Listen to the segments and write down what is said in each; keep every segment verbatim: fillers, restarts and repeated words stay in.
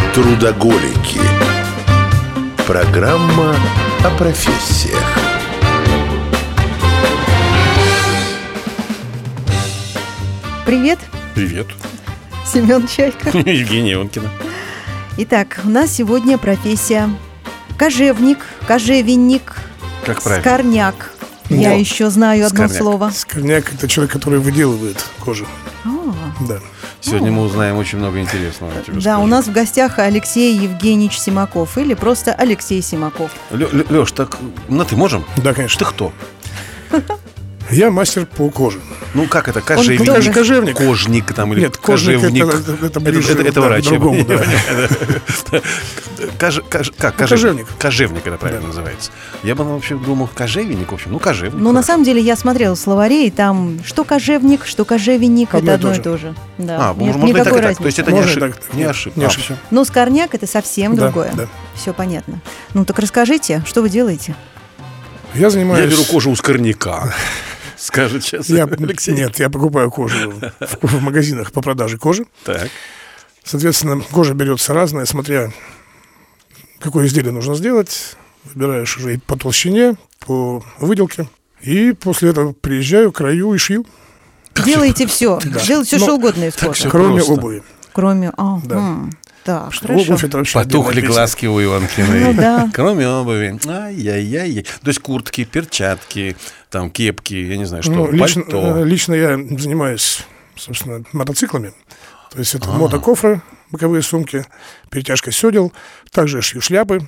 Трудоголики. Программа о профессиях. Привет. Привет. Семен Чайка. Евгения Ионкина. Итак, у нас сегодня профессия кожевник, кожевенник, Как правильно? скорняк. Я О, еще знаю одно скорняк. слово. Скорняк – это человек, который выделывает кожу. О, Да. Сегодня мы узнаем очень много интересного. я тебе да, скажу. у нас в гостях Алексей Евгеньевич Симаков или просто Алексей Симаков. Лё- Лё- Лёш, так на ты можем? Да, конечно. Ты кто? Я мастер по коже. Ну как это? кто Кожевник? же? Даже кожевник. Кожник там или Нет, кожник кожевник? это, это, это ближе это, это да, к выращивание. другому, да. Кож- кож- Как? Ну, кожевник. Кожевник это правильно Да. называется. Я бы вообще думал, кожевенник, в общем. Ну, кожевник. Ну, на хорошо. самом деле, я смотрела словари, и там что кожевник, что кожевенник, Одно это и одно то и то же. Да. А, Нет можно и так, никакой и так. разницы. То есть это не, Можно и ошиб... так, не нет, ошибка. не А, ошибка. всё. Ну, скорняк это совсем Да, другое. да. Все понятно. Ну, так расскажите, что вы делаете? Я Я занимаюсь... беру кожу у скорняка. Скажет сейчас Я, Алексей. нет, я покупаю кожу в, в магазинах по продаже кожи. Так. Соответственно, кожа берется разная, смотря какое изделие нужно сделать. Выбираешь уже и по толщине, по выделке. И после этого приезжаю, крою и шью. Делаете все. Делаете все, Ну, что угодно из так кожи. всё Кроме просто. обуви. Кроме... А, Да. м, так, Что хорошо. обувь это вообще Потухли отдельная песня. глазки у Иванкиной. Ну да. Кроме обуви. Ай-яй-яй. То есть куртки, перчатки, там кепки, я не знаю что, Ну, лично, пальто. э, лично я занимаюсь, собственно, мотоциклами. То есть это А. мотокофры, боковые сумки, перетяжка сёдел. Также я шью шляпы,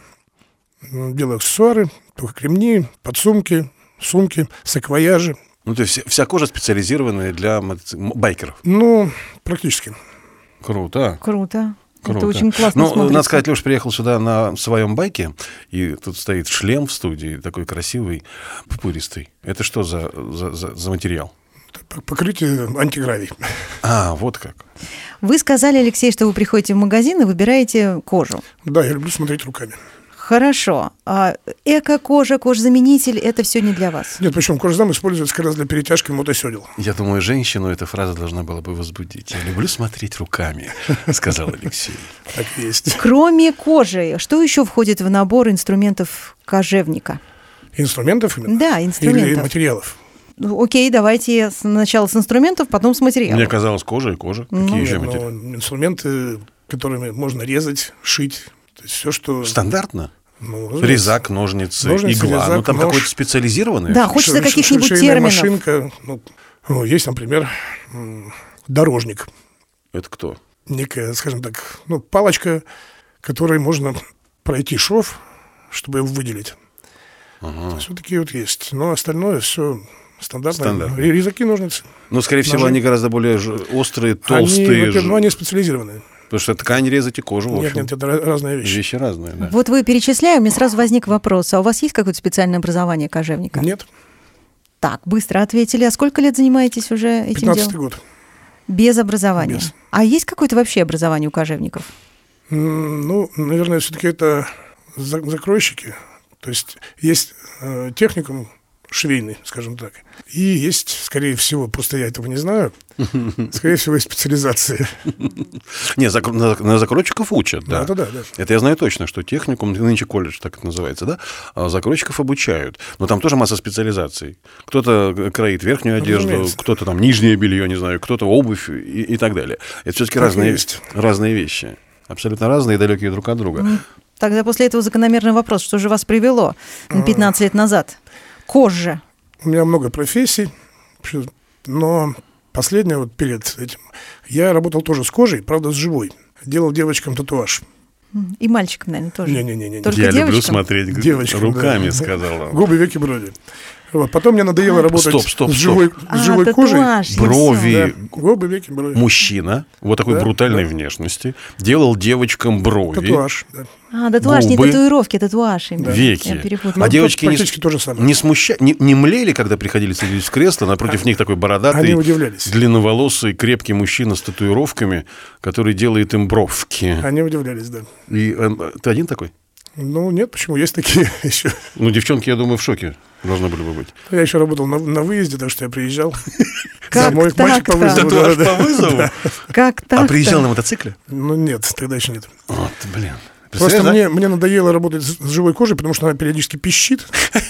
м, делаю аксессуары, только ремни, подсумки, сумки, саквояжи. Ну, то есть вся- вся кожа специализированная для мотоци- м- байкеров. Ну, практически. Круто. Круто. Круто. Это очень классно Ну, смотрится. надо сказать, Леша приехал сюда на своем байке, и тут стоит шлем в студии, такой красивый, пупыристый. Это что за, за, за- за материал? П- Покрытие антигравий. А, вот как. Вы сказали, Алексей, что вы приходите в магазин и выбираете кожу. Да, я люблю смотреть руками. Хорошо. А эко-кожа, кожзаменитель – это все не для вас? Нет, причем кожзам используется как раз для перетяжки мотосёдел. Я думаю, женщину эта фраза должна была бы возбудить. «Я люблю смотреть руками», — сказал Алексей. Так и есть. Кроме кожи, что еще входит в набор инструментов кожевника? Инструментов именно? Да, Или инструментов. материалов? Ну, окей, давайте сначала с инструментов, потом с материалов. Мне казалось, кожа и кожа. Какие еще Нет, материалы? ну, инструменты, которыми можно резать, шить. То есть все, что... Стандартно? Ну, разумеется. Резак, ножницы, Ножницы, игла. резак, ну, там нож. какое-то специализированное. Да, хочется Ш- ш- каких-нибудь швейная терминов. машинка. Ну, ну, есть, например, м, дорожник. Это кто? Некая, скажем так, ну, палочка, которой можно пройти шов, чтобы его выделить. Ага. То есть вот такие вот есть. Но остальное все стандартно. Стандартно. Ре- Резаки, ножницы. Ну, скорее всего, Ножи. они гораздо более ж- острые, Они, толстые. во-первых, ж- ну, они специализированные. Потому что ткань резать и кожу, в Нет, общем. нет, это ra- разные вещи. Вещи разные, да. Вот вы перечисляю, у меня сразу возник вопрос. А у вас есть какое-то специальное образование кожевника? Нет, Так, быстро ответили. А сколько лет занимаетесь уже этим пятнадцатый делом? год. Без образования. Без. А есть какое-то вообще образование у кожевников? М, Ну, наверное, все-таки это за- закройщики. То есть есть э, техникум швейный, скажем так. И есть, скорее всего, просто я этого не знаю, скорее всего, есть специализация. Не, закр- на, на закройщиков учат, да. Ну, это да, да. Это я знаю точно, что техникум, нынче колледж так это называется, да, а закройщиков обучают. Но там тоже масса специализаций. Кто-то кроит верхнюю одежду, Разумеется. кто-то там нижнее белье, не знаю, кто-то обувь и, и так далее. Это все-таки Так и разные, есть. разные вещи. Абсолютно разные и далекие друг от друга. Тогда после этого закономерный вопрос. Что же вас привело пятнадцать лет назад? Кожа. У меня много профессий, вообще, но последнее вот перед этим. Я работал тоже с кожей, правда, с живой. Делал девочкам татуаж. И мальчикам, наверное, тоже. Не-не-не. Только Я люблю девочкам? смотреть Девочкам, руками, да. сказал он. Губы, веки, брови. Вот. Потом мне надоело работать Стоп, стоп, с стоп. живой, А, с живой кожей. татуаж, я Брови. Да, губы, веки, брови. Мужчина, вот такой Да, брутальной да. внешности, делал девочкам брови, Татуаж, да. А, татуаж, не Губы. татуировки, татуаж именно. веки. Я перепутала. А девочки не, Практически то же самое. не смущали, не, не млели, когда приходили садились в кресло, напротив них такой бородатый, Они удивлялись. длинноволосый, крепкий мужчина с татуировками, который делает им бровки. Они удивлялись, да. И э, ты один такой? Ну, нет, почему? Есть такие еще. Ну, девчонки, я думаю, в шоке должны были бы быть. Я еще работал на, на выезде, так что я приезжал. Как Мой мальчик по так-то? вызову. Татуаж да, да. по вызову? Как так? А приезжал на мотоцикле? Ну, нет, тогда еще нет. Вот, блин. Просто Представляешь, мне, мне надоело работать с с живой кожей, потому что она периодически пищит.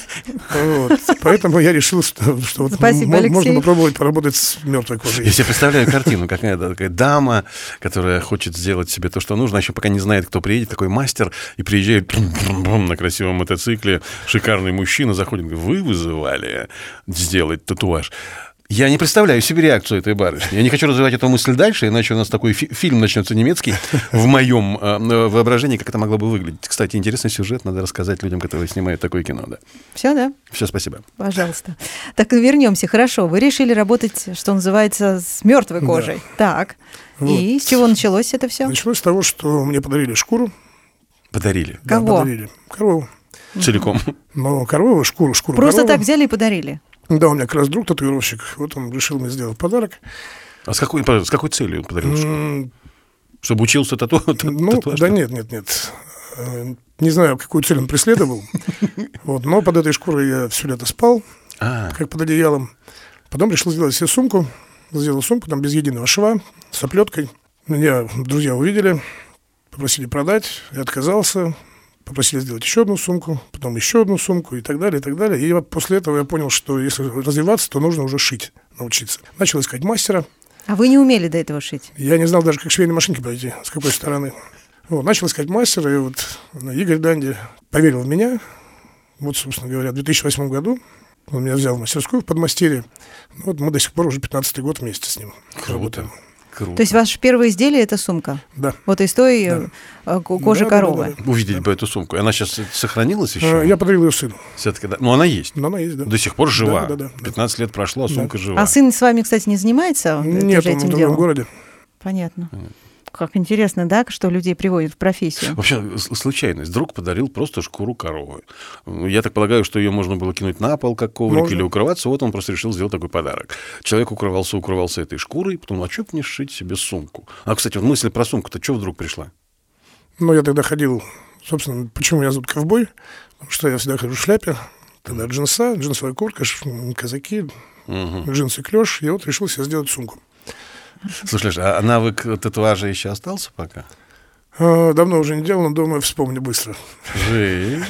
Вот. Поэтому я решил, что, что вот Спасибо, м- Алексей. можно попробовать поработать с мертвой да? кожей. Я себе представляю картину, какая-то такая дама, которая хочет сделать себе то, что нужно, а еще пока не знает, кто приедет, такой мастер, и приезжает на красивом мотоцикле, шикарный мужчина заходит, говорит, вы вызывали сделать татуаж. Я не представляю себе реакцию этой барышни. Я не хочу развивать эту мысль дальше, иначе у нас такой фи- фильм начнется немецкий в моем э, воображении, как это могло бы выглядеть. Кстати, интересный сюжет, надо рассказать людям, которые снимают такое кино. Да. Все, да? Все, спасибо. Пожалуйста. Так, вернемся. Хорошо. Вы решили работать, что называется, с мертвой кожей. Так. И Вот. с чего началось это все? Началось с того, что мне подарили шкуру. Подарили. Да, Кого? подарили. Корову. Целиком. Но корову, шкуру, шкуру Просто коровы. так взяли и подарили. Да, у меня как раз друг татуировщик. Вот он решил мне сделать подарок. А с какой, с какой целью он подарил? М, Чтобы учился тату... Ну, татуаж? да нет, нет, нет. Э, Не знаю, какую цель он преследовал. Вот, но под этой шкурой я все лето спал, А, как под одеялом. Потом решил сделать себе сумку. Сделал сумку, там без единого шва, с оплеткой. Меня друзья увидели, попросили продать. Я отказался. Попросили сделать еще одну сумку, потом еще одну сумку и так далее, и так далее. И я- после этого я понял, что если развиваться, то нужно уже шить, научиться. Начал искать мастера. А вы не умели до этого шить? Я не знал даже, как швейной машинки пройти, с какой стороны. Вот, начал искать мастера, и вот Игорь Данди поверил в меня. Вот, собственно говоря, в две тысячи восьмом году он меня взял в мастерскую в подмастерье. Ну, вот мы до сих пор уже пятнадцатый год вместе с ним круто. работаем. Круто. То есть ваше первое изделие – это сумка? Да. Вот из той Да. э, ко- кожи Да, да, коровы. да, да. Увидеть бы эту сумку. Она сейчас сохранилась еще? А, Я подарил ее сыну. Все-таки, да. Ну, она есть. Но она есть, да. До сих пор жива. Да, да, да, да. пятнадцать лет прошло, а сумка жива. А сын с вами, кстати, не занимается э, Нет, тоже он в этим другом делом? городе. Понятно. Как интересно, да, что людей приводят в профессию. Вообще, с- случайность. Друг подарил просто шкуру коровы. Я так полагаю, что ее можно было кинуть на пол, как коврик, Можно. или укрываться. Вот он просто решил сделать такой подарок. Человек укрывался, укрывался этой шкурой, потом, а что бы не сшить себе сумку? А, кстати, вот мысль про сумку-то что вдруг пришла? Но я тогда ходил, собственно, почему меня зовут ковбой? Потому что я всегда хожу в шляпе. Тогда джинса, джинсовая куртка, ш- казаки, Мгм. джинсы клеш. Я вот решил себе сделать сумку. Слушай, а навык татуажа еще остался пока? А, давно уже не делал, но думаю, вспомню быстро. Жень,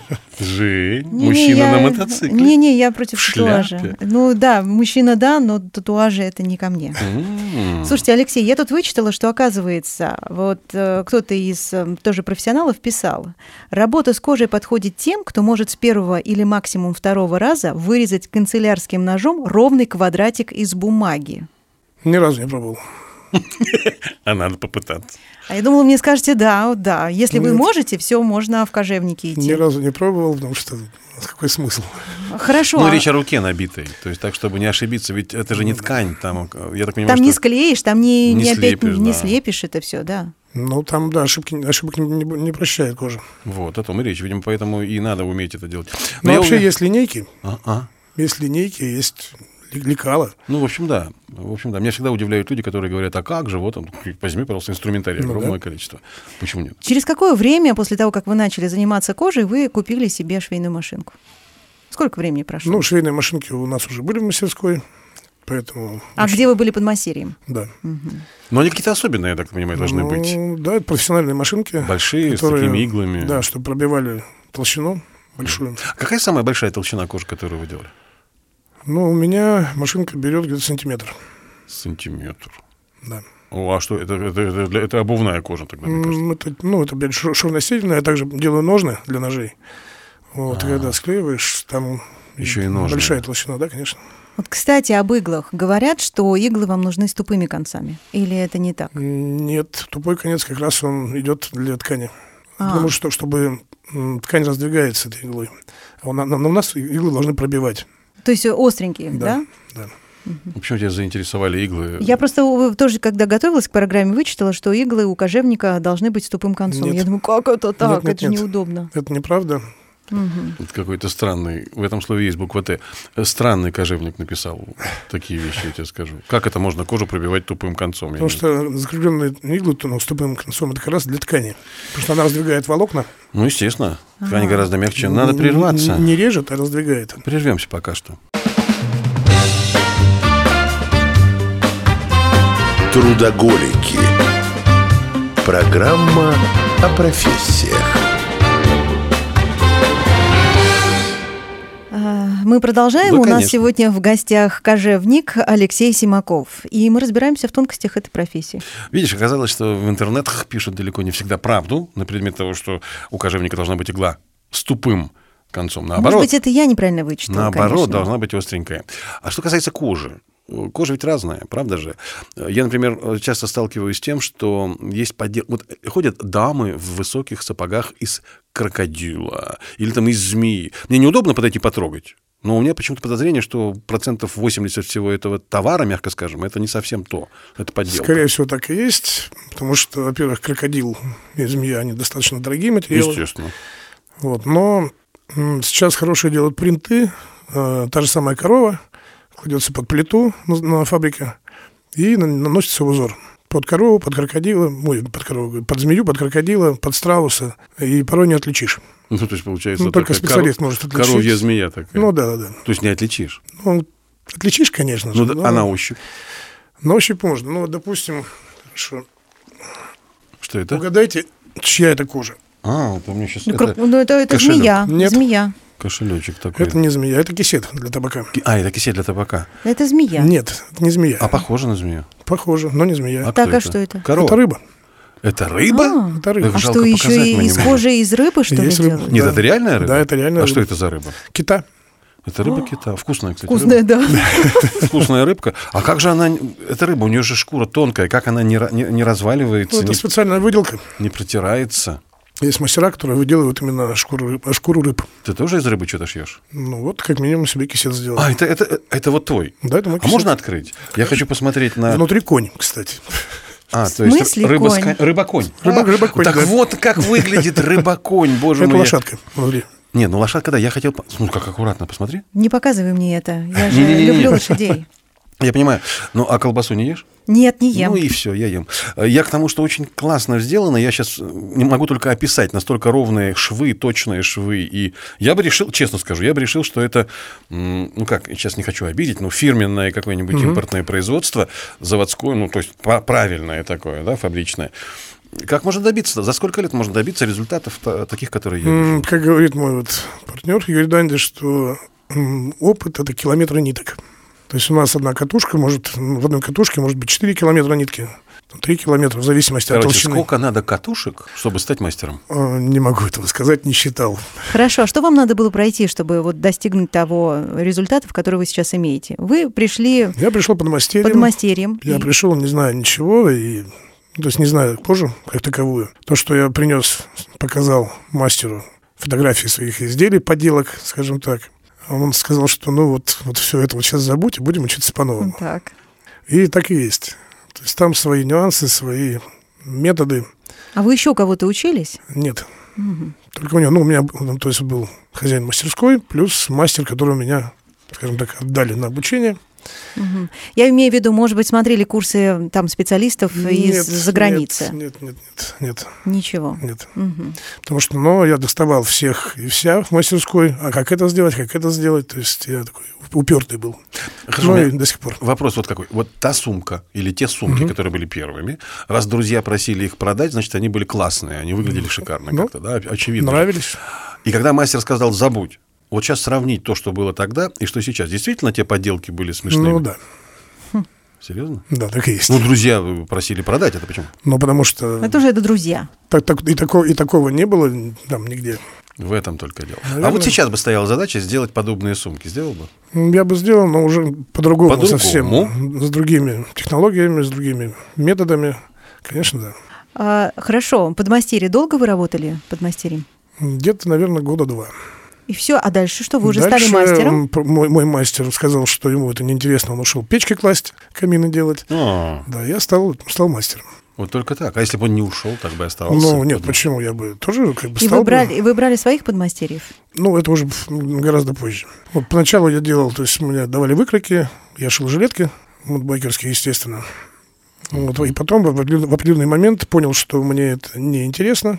Жень, Не-не, мужчина я- на мотоцикле. Не-не, я против В татуажа. шляпе. Ну да, мужчина да, но татуажи это не ко мне. М. Слушайте, Алексей, я тут вычитала, что, оказывается, вот э, кто-то из э, тоже профессионалов писал, работа с кожей подходит тем, кто может с первого или максимум второго раза вырезать канцелярским ножом ровный квадратик из бумаги. Ни разу не пробовал. А надо попытаться. А я думала, мне скажете, да, да, если вы Нет. можете, все можно в кожевнике идти. Ни разу не пробовал, потому что какой смысл? Хорошо, Ну, а речь о руке набитой. То есть так, чтобы не ошибиться. Ведь это же не ткань. Там, я так понимаю, там что... не склеишь, там не, не не опять слепишь, не да. слепишь это все, да. Ну, там, да, ошибки, ошибок не, не- не прощает кожа. Вот, о том и речь. Видимо, поэтому и надо уметь это делать. Но я вообще уверен- есть линейки, А, а. есть линейки, есть ли- лекала. Ну, в общем, да. В общем, да. Меня всегда удивляют люди, которые говорят, а как же, вот он, возьми, пожалуйста, инструментарий, Ну, огромное да. количество. Почему нет? Через какое время после того, как вы начали заниматься кожей, вы купили себе швейную машинку? Сколько времени прошло? Ну, швейные машинки у нас уже были в мастерской, поэтому... а где вы были под массерием? Да. Но они какие-то особенные, я так понимаю, должны Ну, быть. Да, это профессиональные машинки. Большие, с которые, такими иглами. Да, чтобы пробивали толщину большую. Какая самая большая толщина кожи, которую вы делали? Ну, у меня машинка берет где-то сантиметр. Сантиметр. Да. О, а что, это, это, это, для- это обувная кожа тогда, мне кажется. М, Это, ну, это, опять, шов- шовностельное. Я также делаю ножны для ножей. Вот, и когда склеиваешь, там Еще и ножны. большая толщина, да, конечно. Вот, кстати, об иглах. Говорят, что иглы вам нужны с тупыми концами. Или это не так? Нет, тупой конец как раз он идет для ткани. А. Потому что, чтобы м, ткань раздвигается этой иглой. А у на- на- у нас иглы должны пробивать. То есть остренькие, да? Да, да. Почему тебя заинтересовали иглы? Я просто э, тоже, когда готовилась к программе, вычитала, что иглы у кожевника должны быть с тупым концом. Нет. Я думаю, как это так? Нет, нет, это же нет. неудобно. Это неправда. Угу. Это какой-то странный, в этом слове есть буква «Т». Странный кожевник написал такие вещи, я тебе скажу. Как это можно кожу пробивать тупым концом? Потому что закругленные иглы ну, с тупым концом это как раз для ткани. Потому что она раздвигает волокна. Ну, естественно. Ткань А-а-а. гораздо мягче. Надо прерваться. Не, не режет, а раздвигает. Прервемся пока что. Трудоголики. Программа о профессиях. Мы продолжаем. Да, У конечно. нас сегодня в гостях кожевник Алексей Симаков. И мы разбираемся в тонкостях этой профессии. Видишь, оказалось, что в интернетах пишут далеко не всегда правду на предмет того, что у кожевника должна быть игла с тупым концом. Наоборот, Может быть, это я неправильно вычитала, наоборот, конечно. должна быть остренькая. А что касается кожи, кожа ведь разная, правда же? Я, например, часто сталкиваюсь с тем, что есть подделки. Вот ходят дамы в высоких сапогах из крокодила или там из змеи. Мне неудобно подойти потрогать. Но у меня почему-то подозрение, что процентов восемьдесят всего этого товара, мягко скажем, это не совсем то. Это подделка. Скорее всего, так и есть. Потому что, во-первых, крокодил и змея, они достаточно дорогие материалы. Естественно. Вот. Но м, сейчас хорошие делают принты. Э, та же самая корова кладется под плиту на, на фабрике и на, наносится узор. Под корову, под крокодила, ой, под корову, под змею, под крокодила, под страуса. И порой не отличишь. Ну, то есть, получается, Ну, только специалист может отличить. Коровья змея такая. Ну, да, да, да. То есть не отличишь. Ну, отличишь, конечно же. Ну, но- а на ощупь? На ощупь можно. Ну, допустим, хорошо. Что это? Угадайте, чья это кожа? А, это у меня сейчас Ну, как- ну, это, это кошелек. змея. Нет. Змея. кошелечек такой. Это не змея, это кисет для табака. Ки- А, это кисель для табака. Это змея. Нет, это не змея. А похоже на змею. Похоже, но не змея. А Так, кто а что это? Корова. Это рыба. Это рыба? А, Это рыба. а жалко что, еще показать и мы не из можем. кожи из рыбы, что ли, Есть рыба. делают? Нет, Да. это реальная рыба? Да, это реальная А что рыба. это за рыба? Кита. Это рыба кита. Вкусная, кстати. Вкусная, рыба. да. Вкусная рыбка. А как же она... Это рыба, у нее же шкура тонкая. Как она не, ра- не, не разваливается, Ну, это не, специальная выделка. не протирается? Есть мастера, которые выделывают именно шкуру рыб. шкуру рыб. Ты тоже из рыбы что-то шьешь? Ну вот, как минимум, себе кисет сделал. А, это, это, это вот твой? Да, это мой А кисет. можно открыть? Я хочу посмотреть на... Внутри конь, кстати. А, В то есть смысле рыба конь? ска- рыба-конь. Рыба- А, рыба-конь, Так да. вот как выглядит рыба-конь, боже Это мой. лошадка внутри. Не, ну лошадка, да, я хотел... по- Ну, как аккуратно, посмотри. Не показывай мне это. Я же Не-не-не-не. люблю лошадей. Я понимаю. Ну, а колбасу не ешь? Нет, не ем. Ну и все, я ем. Я к тому, что очень классно сделано, я сейчас не могу только описать, настолько ровные швы, точные швы. И я бы решил, честно скажу, я бы решил, что это, м, ну как, сейчас не хочу обидеть, но фирменное какое-нибудь импортное производство, заводское, ну то есть па- правильное такое, да, фабричное. Как можно добиться? За сколько лет можно добиться результатов та- таких, которые я М, вижу? Как говорит мой вот партнер Игорь Данди, что м, опыт – это километры ниток. То есть у нас одна катушка может, м, в одной катушке может быть четыре километра нитки, там три километра, в зависимости от Короче, толщины. сколько надо катушек, чтобы стать мастером? А, Не могу этого сказать, не считал. Хорошо, а что вам надо было пройти, чтобы вот достигнуть того результата, который вы сейчас имеете? Вы пришли Я пришел под мастерьем. под мастерьем. Я и- пришел, не знаю ничего, и, ну, то есть не знаю кожу как таковую. То, что я принес, показал мастеру фотографии своих изделий, подделок, скажем так. Он сказал, что ну вот, вот все это вот сейчас забудь, и будем учиться по-новому. Так. И так и есть. То есть там свои нюансы, свои методы. А вы еще у кого-то учились? Нет. Только у него, ну, у меня ну, то есть был хозяин мастерской, плюс мастер, который меня, скажем так, отдали на обучение. Мгм. Я имею в виду, может быть, смотрели курсы там специалистов из-за границы? Нет, нет, нет, нет, Ничего. нет. Мгм. Потому что, ну, я доставал всех и вся в мастерской, а как это сделать, как это сделать, то есть я такой упертый был. Хорошо, Ну, у и меня до сих пор. Вопрос вот какой. Вот та сумка или те сумки, которые были первыми, раз друзья просили их продать, значит, они были классные, они выглядели шикарно Ну, как-то, да, очевидно. Нравились. И когда мастер сказал «забудь», вот сейчас сравнить то, что было тогда и что сейчас. Действительно, те подделки были смешными? Ну, да, Серьезно? да, так и есть. Ну, друзья просили продать, это почему? Но потому что Это уже это друзья. так, так, и, такого, и такого не было там нигде. В этом только дело. А Наверное. вот сейчас бы стояла задача сделать подобные сумки. Сделал бы? Я бы сделал, но уже по-другому, По-другому? совсем. С другими технологиями, с другими методами. Конечно, да. А, хорошо, подмастерье. Долго вы работали подмастерьем? Где-то, наверное, года два. И все, а дальше что? Вы уже Дальше, стали мастером? м, п- Мой, мой мастер сказал, что ему это неинтересно, он ушел печки класть, камины делать. А, Да, я стал, стал мастером. Вот только так. А если бы он не ушел, так бы и оставался? Ну, нет, почему? Я бы тоже как бы И стал вы брали, бы... и вы брали своих подмастерьев? Ну, это уже гораздо позже. Вот поначалу я делал, то есть мне давали выкройки, я шил жилетки, вот байкерские, естественно. Вот, и потом в определенный, в определенный момент понял, что мне это неинтересно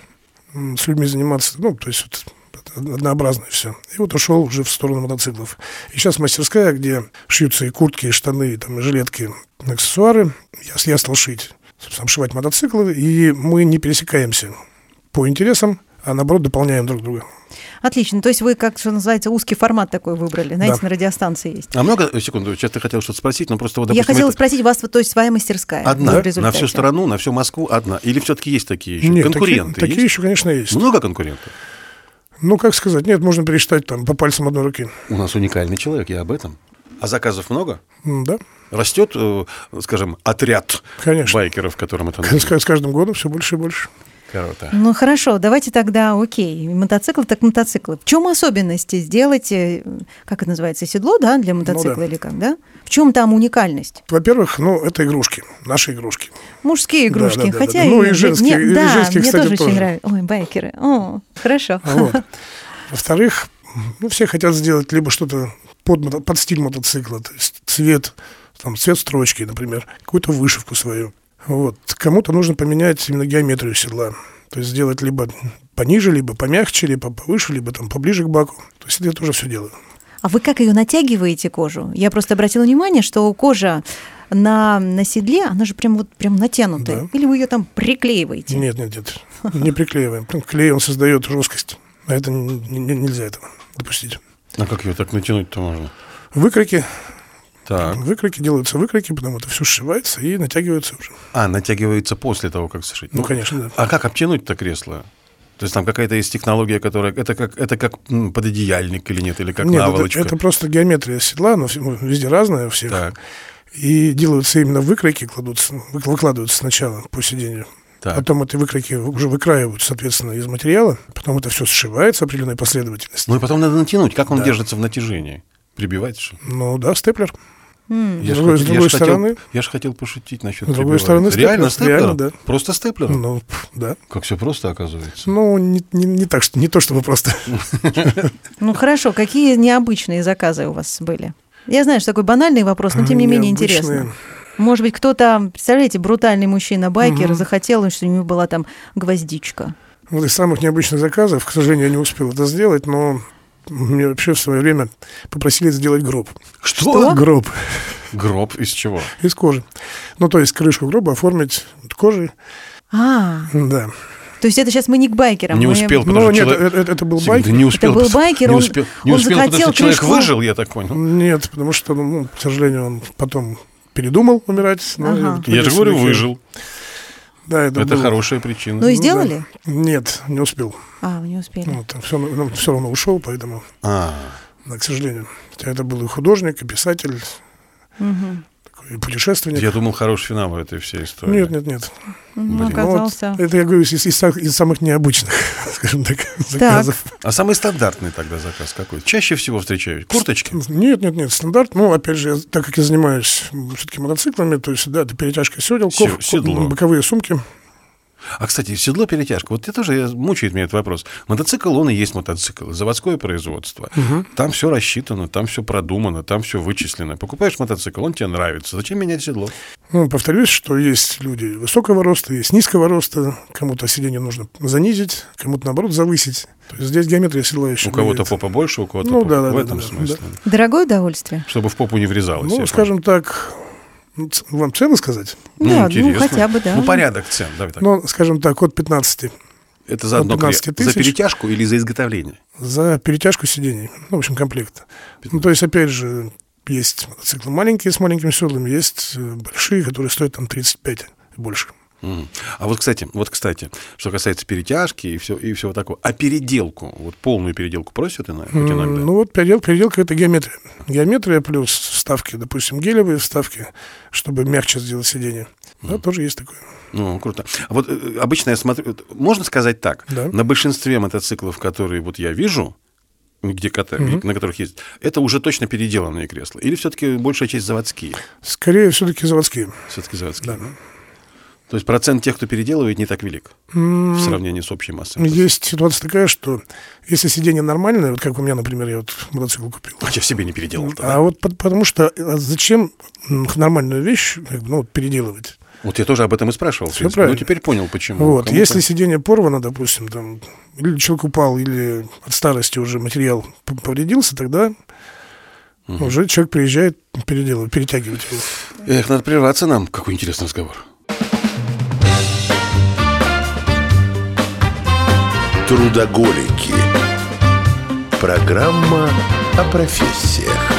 с людьми заниматься, ну, то есть вот, однообразно все. И вот ушел уже в сторону мотоциклов. И сейчас мастерская, где шьются и куртки, и штаны, и, там, и жилетки, и аксессуары. Я, я стал шить, собственно, шивать мотоциклы, и мы не пересекаемся по интересам, а наоборот дополняем друг друга. Отлично. То есть вы, как что называется, узкий формат такой выбрали. Знаете, Да. на радиостанции есть. А много, секунду, сейчас ты хотел что-то спросить, но просто вот, Я допустим, хотела это спросить, у вас, то есть, своя мастерская? одна, в на результате? всю страну, на всю Москву одна? Или все-таки есть такие еще? Нет, Конкуренты такие, такие есть? еще, конечно, есть. Много конкурентов? Ну, как сказать, нет, можно пересчитать там по пальцам одной руки. У нас уникальный человек, я об этом. А заказов много? М, Да, Растет, э, скажем, отряд конечно. байкеров, которым это С, нужно? с каждым годом все больше и больше. Круто. Ну, хорошо, давайте тогда, окей, мотоциклы так мотоциклы. В чем особенности сделать, э, как это называется, седло, да, для мотоцикла да. или как, да? В чем там уникальность? Во-первых, ну, это игрушки, наши игрушки. Мужские игрушки, Да, да, да, хотя да. Ну, и мне- женские- мне- и да, женские, мне кстати, тоже, очень тоже. нравится. Ой, байкеры, о, хорошо. Вот. Во-вторых, ну, все хотят сделать либо что-то под, мото- под стиль мотоцикла, то есть цвет, там, цвет строчки, например, какую-то вышивку свою. Вот. Кому-то нужно поменять именно геометрию седла. То есть сделать либо пониже, либо помягче, либо повыше, либо там поближе к баку. То есть это я тоже все делаю. А вы как ее натягиваете, кожу? Я просто обратила внимание, что кожа на, на седле, она же прям вот прям натянутая. Да. Или вы ее там приклеиваете? Нет, нет, нет, не приклеиваем. Клей, он создает жесткость. А это не- не- нельзя этого допустить. А как ее так натянуть-то можно? Выкройки. Так. Выкройки, делаются выкройки, потому что все сшивается и натягивается уже. А, натягивается после того, как сшить. Ну, конечно, да. А как обтянуть-то кресло? То есть там какая-то есть технология, которая... Это как, это как м, пододеяльник или нет? Или как Нет, это, наволочка? это просто геометрия седла, она все- ну, везде разная у всех. Так, И делаются именно выкройки, кладутся, вы- выкладываются сначала по сиденью. так. Потом эти выкройки уже выкраивают, соответственно, из материала. Потом это все сшивается в определенной последовательности. Ну и потом надо натянуть. Как он Да. держится в натяжении? Прибивать же? Ну да, степлер. Я С ж другой- хотел- с я другой ж хотел- стороны- Я же хотел пошутить насчет С другой прибивания. стороны степлер. Реально степлер? Реально, да. Просто степлер? Ну, пф, да. Как все просто оказывается. Ну, не, не, не так, что, не то, чтобы просто. Ну хорошо, какие необычные заказы у вас были? Я знаю, что такой банальный вопрос, но тем не менее Необычные. интересно. Может быть, кто-то, представляете, брутальный мужчина-байкер, захотел, что у него была там гвоздичка. Вот из самых необычных заказов, к сожалению, я не успел это сделать, но мне вообще в свое время попросили сделать гроб. Что? Гроб Гроб из чего? из кожи. Ну, то есть крышку гроба оформить кожей. А, Да. то есть это сейчас мы не к байкерам. Не мы- успел, потому Но что нет, человек- это, это был Секунду, байк. не успел, был пос- байкер, не он- успел, не он успел, потому захотел что человек крышку- выжил, я так понял. Нет, потому что, ну, к сожалению, он потом передумал умирать. но Ага. и в итоге Я же говорю, всё-таки- выжил. Да, это, Это было- хорошая причина. Ну и Ну, сделали? да. Нет, не успел. А, вы не успели. Вот, все, ну, все равно ушел, поэтому, А, да, к сожалению. Хотя это был и художник, и писатель, Мгм. такой, и путешественник. я думал, хороший финал в этой всей истории. Нет, нет, нет. Ну, Блин. Ну, вот оказался. это я говорю из, из- из са- из самых необычных, скажем так, заказов. А самый стандартный тогда заказ какой? Чаще всего встречаюсь. Курточки? Нет, нет, нет, стандарт. Ну, опять же, я- так как я занимаюсь все-таки мотоциклами, то есть, да, это перетяжка седел, Се- коф- седло. боковые сумки. А, кстати, седло-перетяжка. Вот я тоже я- мучает меня этот вопрос. Мотоцикл, он и есть мотоцикл. Заводское производство. Там все рассчитано, там все продумано, там все вычислено. Покупаешь мотоцикл, он тебе нравится. Зачем менять седло? Ну, повторюсь, что есть люди высокого роста, есть низкого роста. Кому-то сиденье нужно занизить, кому-то, наоборот, завысить. То есть здесь геометрия седла еще У кого-то влияет. попа больше, у кого-то Ну, попа. да, да, в да, этом да, да, смысле. Дорогое удовольствие? Чтобы в попу не врезалось. я Ну, скажем так, ну, ц- вам цены сказать? понял. Да, ну, интересно. хотя бы, да. Ну, порядок цен. Давай так. Ну, скажем так, от пятнадцати Это за от одно кре- пятнадцати за тысяч. перетяжку или за изготовление? за перетяжку сидений. Ну, в общем, комплект. Ну, то есть, опять же, есть мотоциклы маленькие с маленькими седлами, есть э, большие, которые стоят там тридцать пять и больше. Мгм. А вот, кстати, вот, кстати, что касается перетяжки и, все, и всего такого. А переделку, вот полную переделку просят иногда? хоть иногда? М, Ну, вот передел, переделка – это геометрия. Геометрия плюс вставки, допустим, гелевые вставки, чтобы мягче сделать сиденье. Да, тоже есть такое. Ну, круто. А вот э, обычно я смотрю, вот можно сказать так, Да. на большинстве мотоциклов, которые вот я вижу, где ката- на которых есть, это уже точно переделанные кресла? Или все-таки большая часть заводские? Скорее, все-таки заводские. Все-таки заводские. Да. То есть процент тех, кто переделывает, не так велик mm. в сравнении с общей массой? Есть ситуация такая, что если сиденье нормальное, вот как у меня, например, я вот мотоцикл купил. А я в себе не переделал? А да? вот потому что зачем нормальную вещь ну, переделывать? Вот я тоже об этом и спрашивал. Все правильно. Ну, теперь понял, почему. Вот. Кому-то... Если сиденье порвано, допустим, там, или человек упал, или от старости уже материал повредился, тогда угу. уже человек приезжает переделывать, перетягивать его. Эх, надо прерваться нам. Какой интересный разговор. Трудоголики. Программа о профессиях.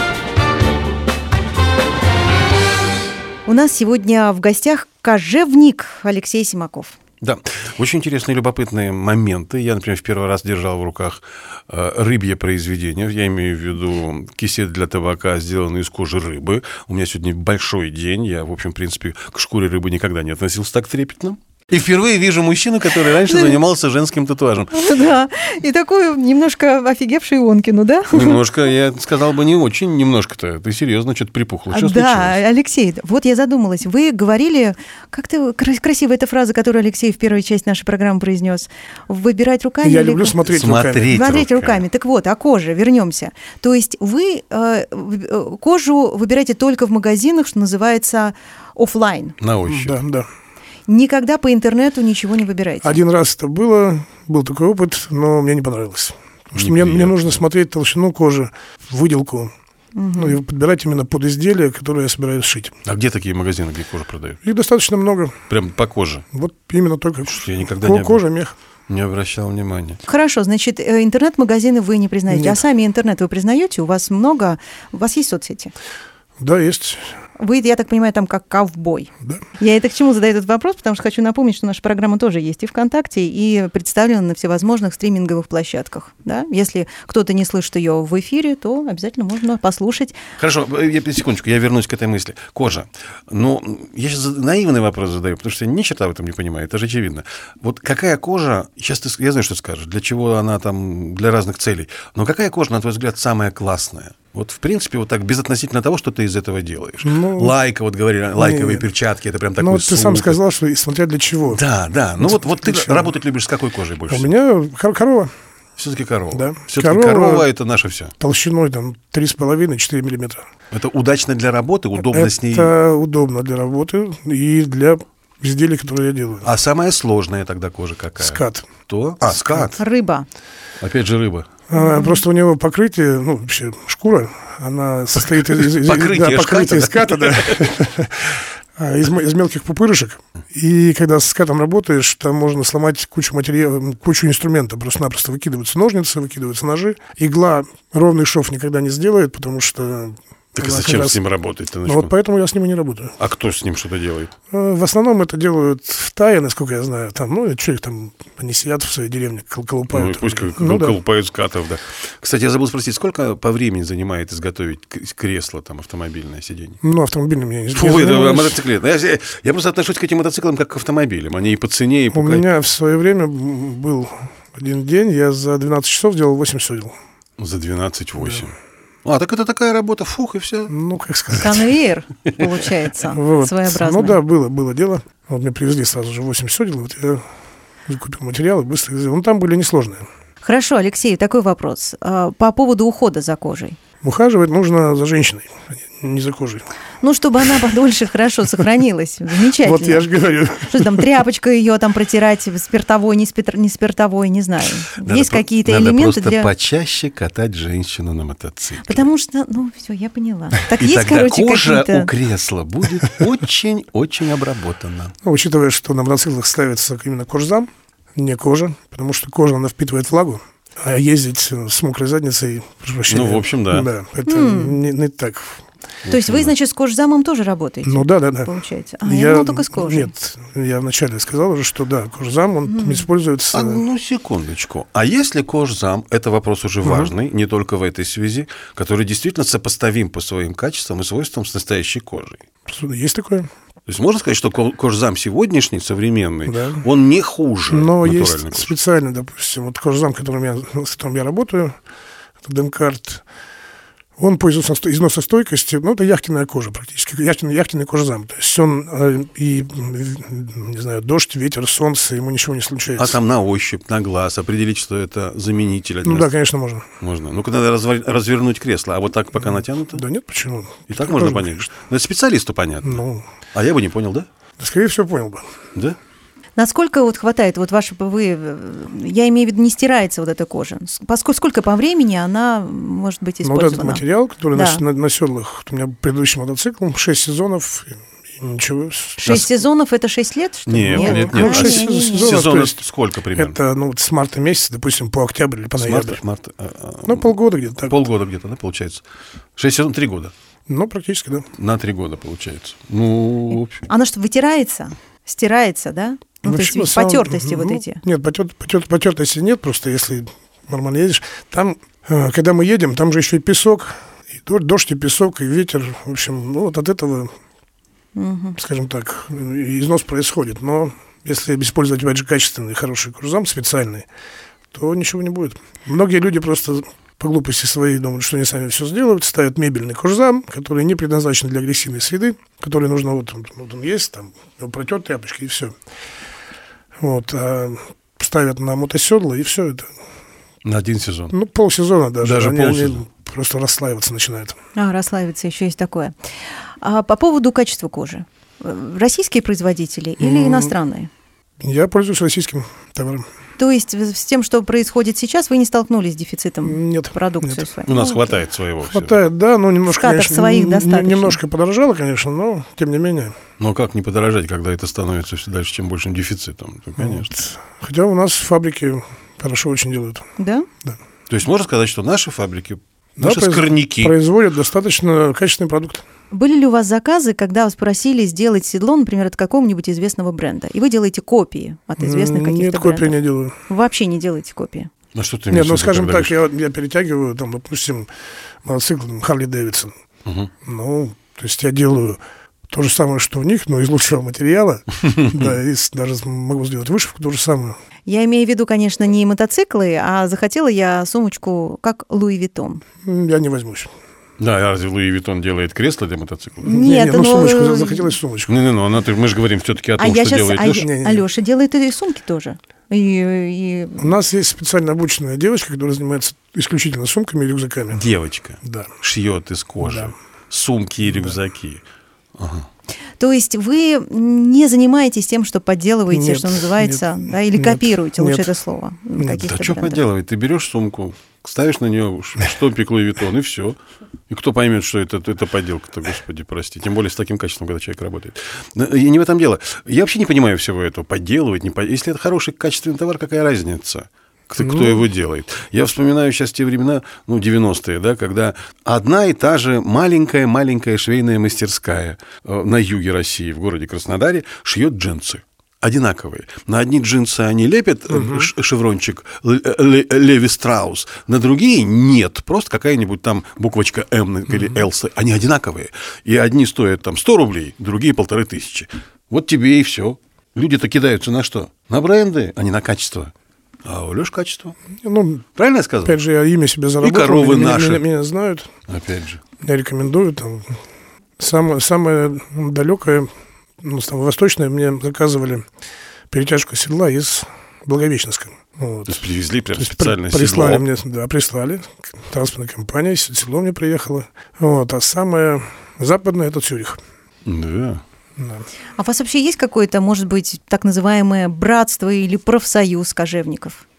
У нас сегодня в гостях кожевник Алексей Симаков. Да, очень интересные, любопытные моменты. Я, например, в первый раз держал в руках э, рыбье произведение. Я имею в виду кисет для табака, сделанный из кожи рыбы. У меня сегодня большой день. Я, в общем, в принципе, к шкуре рыбы никогда не относился так трепетно. И впервые вижу мужчину, который раньше занимался женским татуажем. Да, и такую немножко офигевшую Ионкину, да? Немножко, я сказал бы, не очень, немножко-то. Ты серьезно что-то припухло. Что да, случилось? Алексей, вот я задумалась. Вы говорили, как-то красивая эта фраза, которую Алексей в первой части нашей программы произнес. Выбирать руками. Я или... люблю смотреть, смотреть руками. Смотреть руками. руками. Так вот, о коже, вернемся. То есть вы э, кожу выбираете только в магазинах, что называется, офлайн. На ощупь. Да, да. Никогда по интернету ничего не выбираете? Один раз это было, был такой опыт, но мне не понравилось. Потому что мне, мне нужно смотреть толщину кожи, выделку, угу. ну, и подбирать именно под изделие, которое я собираюсь шить. А где такие магазины, где кожу продают? Их достаточно много. Прям по коже? Вот именно только я никогда ко- не кожа, мех. Не обращал внимания. Хорошо, значит, интернет-магазины вы не признаете. Нет. А сами интернет вы признаете? У вас много, у вас есть соцсети? Да, есть. Вы, я так понимаю, там как ковбой. Да. Я это к чему задаю этот вопрос, потому что хочу напомнить, что наша программа тоже есть и ВКонтакте, и представлена на всевозможных стриминговых площадках. Да? Если кто-то не слышит ее в эфире, то обязательно можно послушать. Хорошо, я, секундочку, я вернусь к этой мысли. Кожа. Ну, я сейчас наивный вопрос задаю, потому что я ни черта в этом не понимаю, это же очевидно. Вот какая кожа, сейчас ты, я знаю, что скажешь, для чего она там, для разных целей, но какая кожа, на твой взгляд, самая классная? Вот, в принципе, вот так, безотносительно того, что ты из этого делаешь. Ну, лайка, вот говорили, лайковые нет. перчатки, это прям такой Ну, вот ты сам сказал, что смотря для чего. Да, да. Ну, вот, вот ты чего? Работать любишь с какой кожей больше? У меня корова. Все-таки корова. Да. Все-таки корова, корова – это наше все. Толщиной там три с половиной - четыре миллиметра. Это удачно для работы, удобно это с ней? Это удобно для работы и для изделий, которые я делаю. А самая сложная тогда кожа какая? Скат. Кто? А, скат. Рыба. Опять же рыба. А, просто у него покрытие, ну, вообще шкура, она состоит из, из, покрытие, да, покрытие ската, да, из, из мелких пупырышек. И когда с скатом работаешь, там можно сломать кучу материала, кучу инструмента. Просто-напросто выкидываются ножницы, выкидываются ножи. Игла ровный шов никогда не сделает, потому что... Так а зачем раз... с ним работать? Ну, вот поэтому я с ним и не работаю. А кто с ним что-то делает? В основном это делают в Тае, насколько я знаю. Там, ну, что их там, они сидят в своей деревне, колупают. Ну, пусть ну, колупают да. скатов, да. Кстати, я забыл спросить, сколько по времени занимает изготовить кресло, там, автомобильное сиденье? Ну, автомобильным я не знаю. Фу, это мотоциклет. Я, я просто отношусь к этим мотоциклам как к автомобилям. Они и по цене, и по... У меня в свое время был один день, я за двенадцать часов делал восемь седел. За двенадцать восемь. Да. А, так это такая работа, фух, и все. Ну, как сказать. Конвейер, получается, вот. Своеобразный. Ну да, было, было дело. Вот мне привезли сразу же восемь седел, вот я купил материалы, быстро их сделал. Ну, там были несложные. Хорошо, Алексей, такой вопрос. По поводу ухода за кожей. Ухаживать нужно за женщиной, не за кожей. Ну, чтобы она подольше хорошо сохранилась. Замечательно. Вот я же говорю. Что там, тряпочкой ее там протирать, спиртовой, не, спир... не спиртовой, не знаю. Надо Есть про... какие-то надо элементы для... Надо просто почаще катать женщину на мотоцикле. Потому что, ну, все, я поняла. Так и есть, тогда короче, кожа какие-то... у кресла будет очень-очень обработана. Ну, учитывая, что на мотоциклах ставится именно кожзам, не кожа, потому что кожа, она впитывает влагу. А ездить с мокрой задницей, прошу прощения. Ну, в общем, да. Да, это mm. не, не так. То есть вы, значит, с кожзамом тоже работаете? Ну, да, да, да. Получается. А, я, я думал, только с кожей. Нет, я вначале сказал уже, что да, кожзам, он mm. используется... А, ну, секундочку. А если кожзам, это вопрос уже uh-huh. важный, не только в этой связи, который действительно сопоставим по своим качествам и свойствам с настоящей кожей? Есть такое. То есть можно сказать, что кожзам сегодняшний, современный, да. он не хуже Но натуральной есть кожи? Специально, допустим, вот кожзам, которым я, с которым я работаю, это Демкарт, Он по износостойкости, ну, это яхтенная кожа практически, яхтенный, яхтенный кожзам. То есть он э, и, не знаю, дождь, ветер, солнце, ему ничего не случается. А там на ощупь, на глаз определить, что это заменитель? Ну да, конечно, можно. Можно. Ну, когда надо разв... развернуть кресло, а вот так пока натянуто? Да нет, почему? И так можно понять? Конечно. Ну, это специалисту понятно. Ну, а я бы не понял, да? Скорее всего, понял бы. Да? Насколько вот хватает, вот ваши, вы, я имею в виду, не стирается вот эта кожа? Поскольку сколько по времени она может быть использована? Ну, вот этот материал, который да. на, на, на седлах, у меня предыдущий мотоцикл, шесть сезонов, и ничего. Шесть сезонов – это шесть лет, что ли? Нет, нет, нет, нет. нет. А, шесть не, не, не. сезонов, сезонов сколько примерно? Это, ну, вот с марта месяца, допустим, по октябрь или по ноябрь. С марта, марта, ну, полгода где-то. Так. Полгода где-то, да, получается? Шесть сезонов, три года. Ну, практически, да. На три года, получается. Ну, в общем. Она что, вытирается, стирается, да? Ну, вообще, то есть самом, потертости ну, вот эти? Нет, потер, потер, потертости нет, просто если нормально едешь. Там, э, когда мы едем, там же еще и песок, и дождь, и песок, и ветер. В общем, ну, вот от этого, угу. скажем так, износ происходит. Но если использовать, опять же, качественный, хороший курзам, специальный, то ничего не будет. Многие люди просто по глупости своей думают, что они сами все сделают, ставят мебельный курзам, который не предназначен для агрессивной среды, который нужно, вот, вот он есть, там, протер тряпочкой, и все. Вот, а ставят на мотоседло, и все это. На один сезон? Ну, полсезона даже. Даже они, полсезона. Они просто расслаиваться начинают. А, расслаиваться, еще есть такое. А по поводу качества кожи. Российские производители или mm. иностранные? Я пользуюсь российским товаром. То есть с тем, что происходит сейчас, вы не столкнулись с дефицитом нет, продукции нет. своей? У нас ну, хватает своего. Хватает, всего. Да, но немножко, конечно, своих достаточно. Немножко подорожало, конечно, но тем не менее. Но как не подорожать, когда это становится все дальше, чем большим дефицитом? То, конечно. Вот. Хотя у нас фабрики хорошо очень делают. Да? Да. То есть можно сказать, что наши фабрики, да, наши произ... скорняки производят достаточно качественный продукт. Были ли у вас заказы, когда вас просили сделать седло, например, от какого-нибудь известного бренда, и вы делаете копии от известных каких-то Нет, брендов? копии не делаю. Вообще не делаете копии? Ну, что ты Нет, ну, скажем так, я, я перетягиваю, там, допустим, мотоцикл Харли Дэвидсон. Угу. Ну, то есть я делаю то же самое, что у них, но из лучшего материала. Да, и даже могу сделать вышивку то же самое. Я имею в виду, конечно, не мотоциклы, а захотела я сумочку как Луи Виттон. Я не возьмусь. Да, разве Луи Виттон делает кресло для мотоцикла? Нет, не, не, ну, но... сумочку, захотелось сумочку. Не, не, ну, она, мы же говорим все-таки о том, а что я сейчас... делает а Леша. я... А Леша делает и сумки тоже. И, и... У нас есть специально обученная девочка, которая занимается исключительно сумками и рюкзаками. Девочка. Да. Шьет из кожи. Да. Сумки и рюкзаки. Да. Ага. То есть вы не занимаетесь тем, что подделываете, нет, что называется, нет, да, или нет, копируете, лучше нет. Это слово. Нет. Да что подделывать? Ты берешь сумку, ставишь на нее штампик Луи Виттон, и все. И кто поймет, что это, это подделка-то, господи, прости. Тем более с таким качеством, когда человек работает. И не в этом дело. Я вообще не понимаю всего этого. Подделывать, не подделывать. Если это хороший, качественный товар, какая разница? Кто, кто ну, его делает. Я вспоминаю сейчас те времена, ну, девяностые, да, когда одна и та же маленькая-маленькая швейная мастерская э, на юге России, в городе Краснодаре, шьет джинсы. Одинаковые. На одни джинсы они лепят угу. шеврончик Леви Страус, на другие нет. Просто какая-нибудь там буквочка М или Л. Они одинаковые. И одни стоят там сто рублей, другие полторы тысячи. Вот тебе и все. Люди-то кидаются на что? На бренды, а не на качество. А у Лёши качество. Ну, правильно я сказал? Опять же, я имя себе заработал. И коровы меня, наши. Меня, меня знают. Опять же. Я рекомендую. Там, самое, самое далекое, ну, там, восточное, мне заказывали перетяжку седла из Благовещенска. Вот. То есть привезли прям специально при, седло? Прислали мне, да, прислали. Транспортная компания, седло мне приехало. Вот. А самое западное – это Цюрих. Да. Да. А у вас вообще есть какое-то, может быть, так называемое братство или профсоюз кожевников?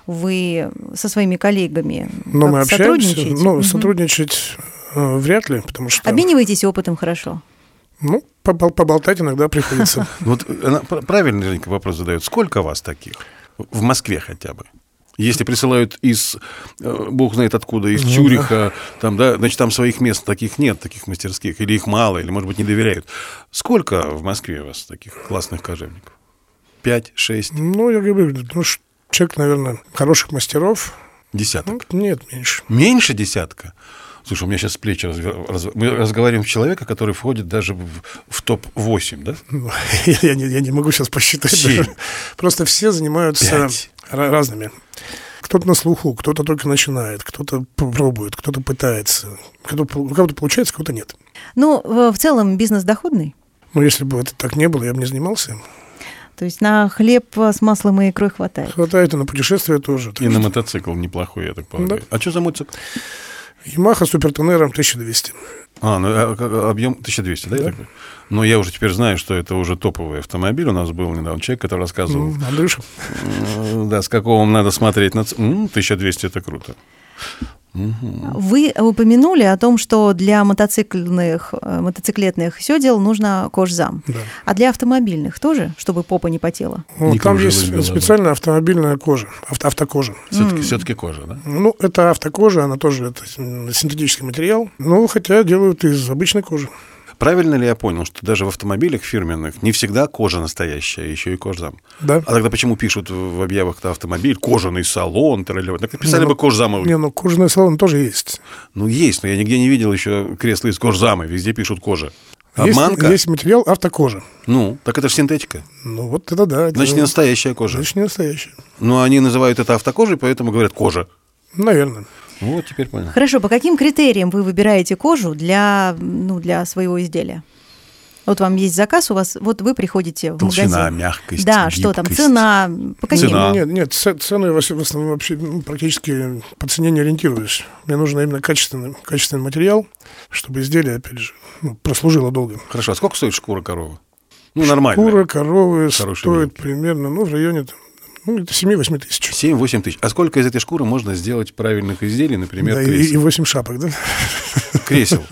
Вы со своими коллегами Но мы общаемся, но угу. сотрудничать э, вряд ли, потому что... Обмениваетесь опытом хорошо? Ну, поболтать иногда приходится. Вот правильно наверняка вопрос задают. Сколько вас таких? В Москве хотя бы? Если присылают из, бог знает откуда, из ну, Цюриха, да. Там, да, значит, там своих мест таких нет, таких мастерских, или их мало, или, может быть, не доверяют. Сколько в Москве у вас таких классных кожевников? Пять, шесть? Ну, я говорю, ну, человек, наверное, хороших мастеров. Десяток? Ну, нет, меньше. Меньше десятка? Слушай, у меня сейчас с плечи разве... раз... мы разговариваем с человеком, который входит даже в, в топ восемь, да? Ну, я, не, я не могу сейчас посчитать. Даже. Просто все занимаются Пять. разными. кто-то на слуху, кто-то только начинает, кто-то пробует, кто-то пытается. Кто-то, у кого-то получается, у кого-то нет. Ну, в целом бизнес доходный? Ну, если бы это так не было, я бы не занимался. То есть на хлеб с маслом и икрой хватает? Хватает, и на путешествия тоже. И на мотоцикл неплохой, я так полагаю. Да. А что за мотоцикл? Yamaha Super Tenere тысяча двести. А, ну а, объем тысяча двести, да? да? Но я уже теперь знаю, что это уже топовый автомобиль. У нас был недавно человек, который рассказывал. Ну, Андрюша. Да, с какого надо смотреть на... тысяча двести это круто. Угу. Вы упомянули о том, что для мотоциклетных, мотоциклетных сёдел нужно кожзам. Да. А для автомобильных тоже, чтобы попа не потела? Ну, там есть голова. Специальная автомобильная кожа, авто, автокожа. Все-таки, Mm. все-таки кожа, да? Ну, это автокожа, она тоже это синтетический материал. Ну, хотя делают из обычной кожи. Правильно ли я понял, что даже в автомобилях фирменных не всегда кожа настоящая, еще и кожзам? Да. А тогда почему пишут в объявах-то автомобиль, кожаный салон, троллевой? Так написали не, бы кожзамовый. Не, ну кожаный салон тоже есть. Ну, есть, но я нигде не видел еще кресла из кожзамы, везде пишут кожа. Обманка? Есть, есть материал автокожа. Ну, так это же синтетика. Ну, вот это да. Значит, не настоящая кожа. Значит, не настоящая. Но они называют это автокожей, поэтому говорят кожа. Наверное. Вот, теперь понял. Хорошо, по каким критериям вы выбираете кожу для, ну, для своего изделия? Вот вам есть заказ, у вас, вот вы приходите в Толщина, магазин. Толщина, мягкость, Да, гибкость. что там, цена, по каким? Цена. Нет, нет, цены в основном вообще ну, практически по цене не ориентируюсь. Мне нужен именно качественный, качественный материал, чтобы изделие, опять же, ну, прослужило долго. Хорошо, а сколько стоит шкура коровы? Ну, нормально. Шкура коровы Хороший стоит мелкий. примерно, ну, в районе, ну, это семь-восемь тысяч. семь-восемь тысяч. А сколько из этой шкуры можно сделать правильных изделий, например, да, кресел? И восемь шапок, да? Кресел.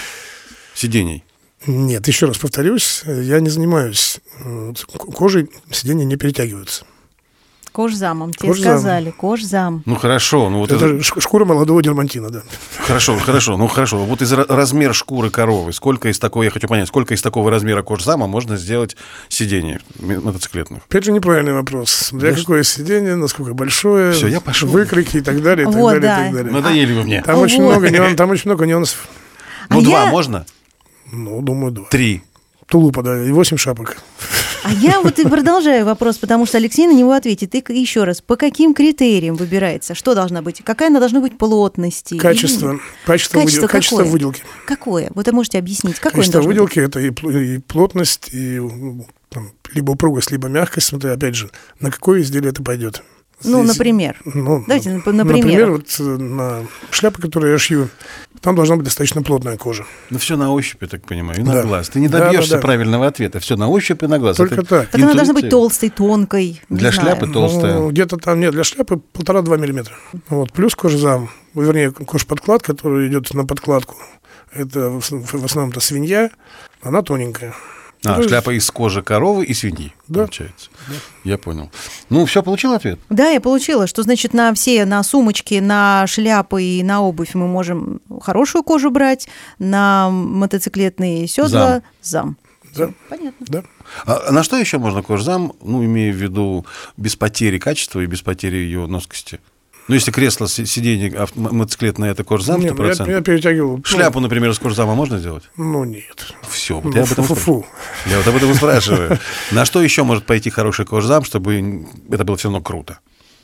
Сидений. Нет, еще раз повторюсь, я не занимаюсь кожей, сиденья не перетягиваются. Кожзамом, тебе Кожзам. сказали, кожзам. Ну, хорошо. Ну, вот это это... шкура молодого дермантина, да. Хорошо, хорошо, ну, хорошо. Вот из размера шкуры коровы, сколько из такого, я хочу понять, сколько из такого размера кожзама можно сделать сидений мотоциклетных? Опять же, неправильный вопрос. Для да какое сиденье, насколько большое, Все, я пошел. Выкройки и так далее, и так вот, далее, да. и так далее. Надоели вы мне. Там, вот. очень много нюансов, там очень много нюансов. Ну, а два я... можно? Ну, думаю, два. Три. Тулупа, да, и восемь шапок. А я вот и продолжаю вопрос, потому что Алексей на него ответит. И еще раз, по каким критериям выбирается? Что должна быть? Какая она должна быть плотности? Качество. Или... Качество, Качество, выдел... Качество выделки. Какое? Вот вы можете объяснить, какое Качество оно выделки быть? это и, и плотность, и там, либо упругость, либо мягкость. Смотри, опять же, на какое изделие это пойдет. Ну, Здесь, например. Ну, Давайте, например. Например, вот на шляпы, которые я шью, там должна быть достаточно плотная кожа. Ну, все на ощупь, я так понимаю, и на да. глаз. Ты не да, добьешься да, да. правильного ответа. Все на ощупь и на глаз. Только это так. Так она должна быть толстой, тонкой. Для шляпы знаю. толстая. Ну, где-то там, нет, для шляпы полтора-два миллиметра. Вот. Плюс кожзам, вернее, кожподклад, который идет на подкладку, это в основном-то свинья, она тоненькая. А, Ну, шляпа из кожи коровы и свиньи, да. получается. Да. Я понял. Ну, все, получил ответ? Да, я получила, что значит на все, на сумочки, на шляпы и на обувь мы можем хорошую кожу брать, на мотоциклетные седла зам. Да. Всё, понятно. Да. А на что еще можно кожзам, ну, имея в виду без потери качества и без потери ее носкости? Ну, если кресло, сиденье мотоциклетное, это кожзам сто процентов. Я, я перетягивал. Шляпу, например, из кожзама можно сделать? Ну, нет. Все, вот Ну, я об этом фу-фу-фу. Я вот об этом и спрашиваю. На что еще может пойти хороший кожзам, чтобы это было все равно круто?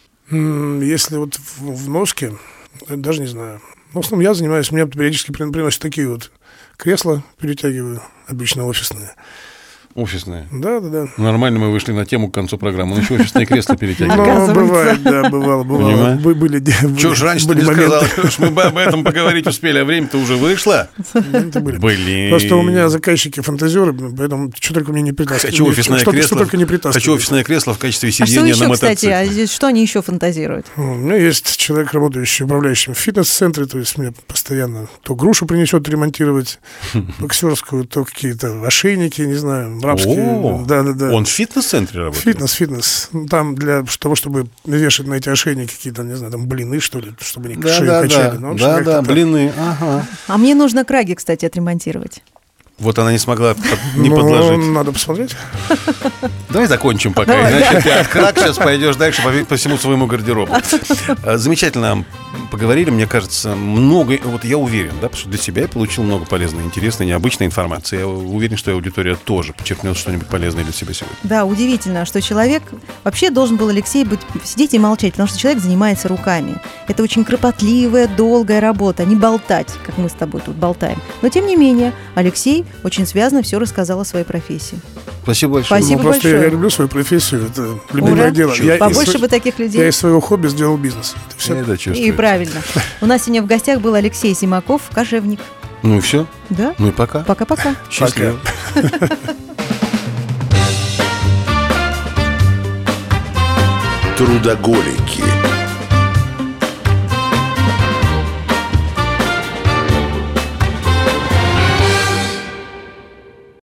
Если вот в, в носке, даже не знаю. В основном я занимаюсь, мне периодически приносят такие вот кресла, перетягиваю, обычно офисные. Офисные. Да, да, да. Нормально мы вышли на тему к концу программы. Он еще офисные кресла перетягивает. Ну, Оказывается. бывает, да, бывало, бывало. Понимаешь? Вы были, Чего ж раньше ты были не моменты. сказал, что мы бы об этом поговорить успели, а время-то уже вышло? Моменты были. Блин. Просто у меня заказчики фантазеры, поэтому что только мне не притаскивают. Хочу офисное что, кресло. Что только не притаскивают. Хочу офисное кресло в качестве А что сидения еще, на кстати, а мотоцикле. здесь что они еще фантазируют? У меня есть человек, работающий, управляющим в фитнес-центре, то есть мне постоянно то грушу принесет ремонтировать, боксерскую, то какие-то ошейники, не знаю, рабские. О, Да, да, да. Он в фитнес-центре работает? Фитнес, фитнес. Ну, там для того, чтобы вешать на эти ошейники какие-то, не знаю, там блины, что ли, чтобы они Да, шею да, качали. да, Ну, в общем, да, как-то да, так. блины, ага. А мне нужно краги, кстати, отремонтировать. Вот она не смогла под- не Ну, подложить. надо посмотреть. Давай закончим пока, Давай. иначе ты от крак сейчас пойдешь дальше по, по всему своему гардеробу. А, Замечательно поговорили, мне кажется, много, вот я уверен, да, потому что для себя я получил много полезной, интересной, необычной информации. Я уверен, что и аудитория тоже почерпнет что-нибудь полезное для себя сегодня. Да, удивительно, что человек... Вообще должен был Алексей быть, сидеть и молчать, потому что человек занимается руками. Это очень кропотливая, долгая работа, не болтать, как мы с тобой тут болтаем. Но, тем не менее, Алексей очень связно все рассказал о своей профессии. Спасибо большое. Спасибо. Ну, просто я, большое. я люблю свою профессию, это любимое Ура. дело. Я Побольше из, бы таких я людей. из своего хобби сделал бизнес. Это все. Я это И чувствую. правильно. У нас сегодня в гостях был Алексей Симаков, кожевник. Ну и все. Да? Ну и пока. Пока-пока. Счастливо. Трудоголики.